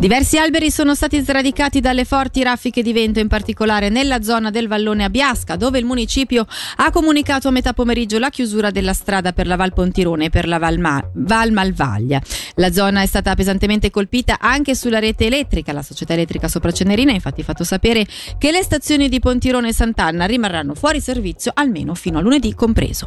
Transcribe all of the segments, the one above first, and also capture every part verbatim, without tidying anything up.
Diversi alberi sono stati sradicati dalle forti raffiche di vento, in particolare nella zona del vallone Abbiasca, dove il municipio ha comunicato a metà pomeriggio la chiusura della strada per la Val Pontirone e per la Val, Ma- Val Malvaglia. La zona è stata pesantemente colpita anche sulla rete elettrica. La società elettrica Sopra Cenerina ha infatti fatto sapere che le stazioni di Pontirone e Sant'Anna rimarranno fuori servizio almeno fino a lunedì compreso.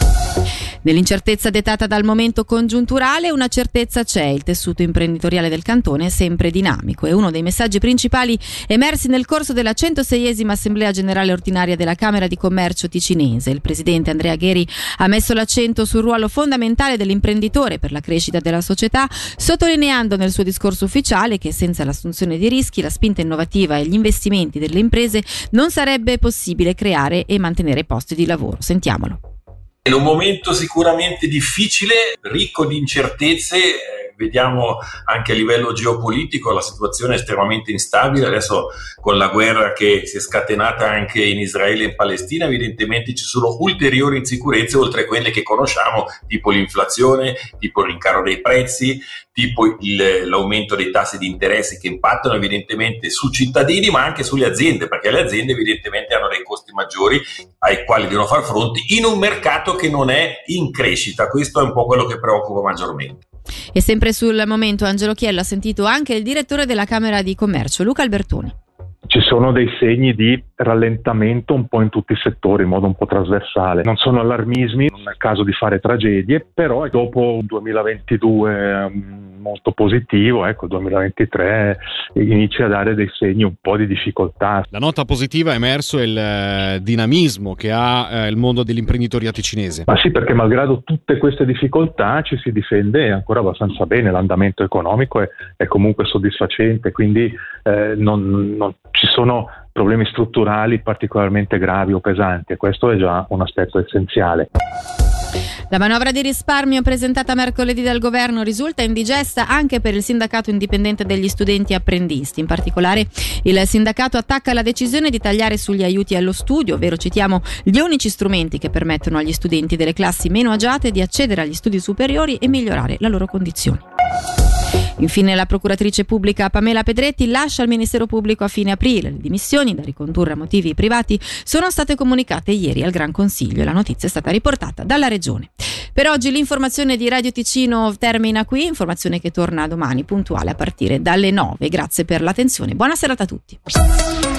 Nell'incertezza dettata dal momento congiunturale, una certezza c'è: il tessuto imprenditoriale del cantone è sempre dinamico. È uno dei messaggi principali emersi nel corso della centoseiesima Assemblea Generale Ordinaria della Camera di Commercio ticinese. Il presidente Andrea Gheri ha messo l'accento sul ruolo fondamentale dell'imprenditore per la crescita della società, sottolineando nel suo discorso ufficiale che senza l'assunzione di rischi, la spinta innovativa e gli investimenti delle imprese non sarebbe possibile creare e mantenere posti di lavoro. Sentiamolo. In un momento sicuramente difficile, ricco di incertezze, eh, vediamo anche a livello geopolitico la situazione estremamente instabile. Adesso con la guerra che si è scatenata anche in Israele e in Palestina, evidentemente ci sono ulteriori insicurezze oltre a quelle che conosciamo, tipo l'inflazione, tipo il rincaro dei prezzi, tipo il, l'aumento dei tassi di interesse che impattano evidentemente su cittadini ma anche sulle aziende, perché le aziende evidentemente hanno dei costi maggiori ai quali devono far fronte in un mercato che non è in crescita. Questo è un po' quello che preoccupa maggiormente. E sempre sul momento Angelo Chiello ha sentito anche il direttore della Camera di Commercio, Luca Albertoni. Ci sono dei segni di rallentamento un po' in tutti i settori, in modo un po' trasversale. Non sono allarmismi, non è il caso di fare tragedie, però dopo un duemilaventidue molto positivo, ecco, il duemilaventitré inizia a dare dei segni un po' di difficoltà. La nota positiva è emerso il eh, dinamismo che ha eh, il mondo dell'imprenditoria ticinese. Ma sì, perché malgrado tutte queste difficoltà ci si difende ancora abbastanza bene, l'andamento economico è, è comunque soddisfacente, quindi eh, non, non ci sono problemi strutturali particolarmente gravi o pesanti, e questo è già un aspetto essenziale. La manovra di risparmio presentata mercoledì dal governo risulta indigesta anche per il sindacato indipendente degli studenti apprendisti. In particolare il sindacato attacca la decisione di tagliare sugli aiuti allo studio, ovvero, citiamo, gli unici strumenti che permettono agli studenti delle classi meno agiate di accedere agli studi superiori e migliorare la loro condizione. Infine la procuratrice pubblica Pamela Pedretti lascia il Ministero Pubblico a fine aprile. Le dimissioni, da ricondurre a motivi privati, sono state comunicate ieri al Gran Consiglio e la notizia è stata riportata dalla Regione. Per oggi l'informazione di Radio Ticino termina qui, informazione che torna domani puntuale a partire dalle nove. Grazie per l'attenzione, buona serata a tutti.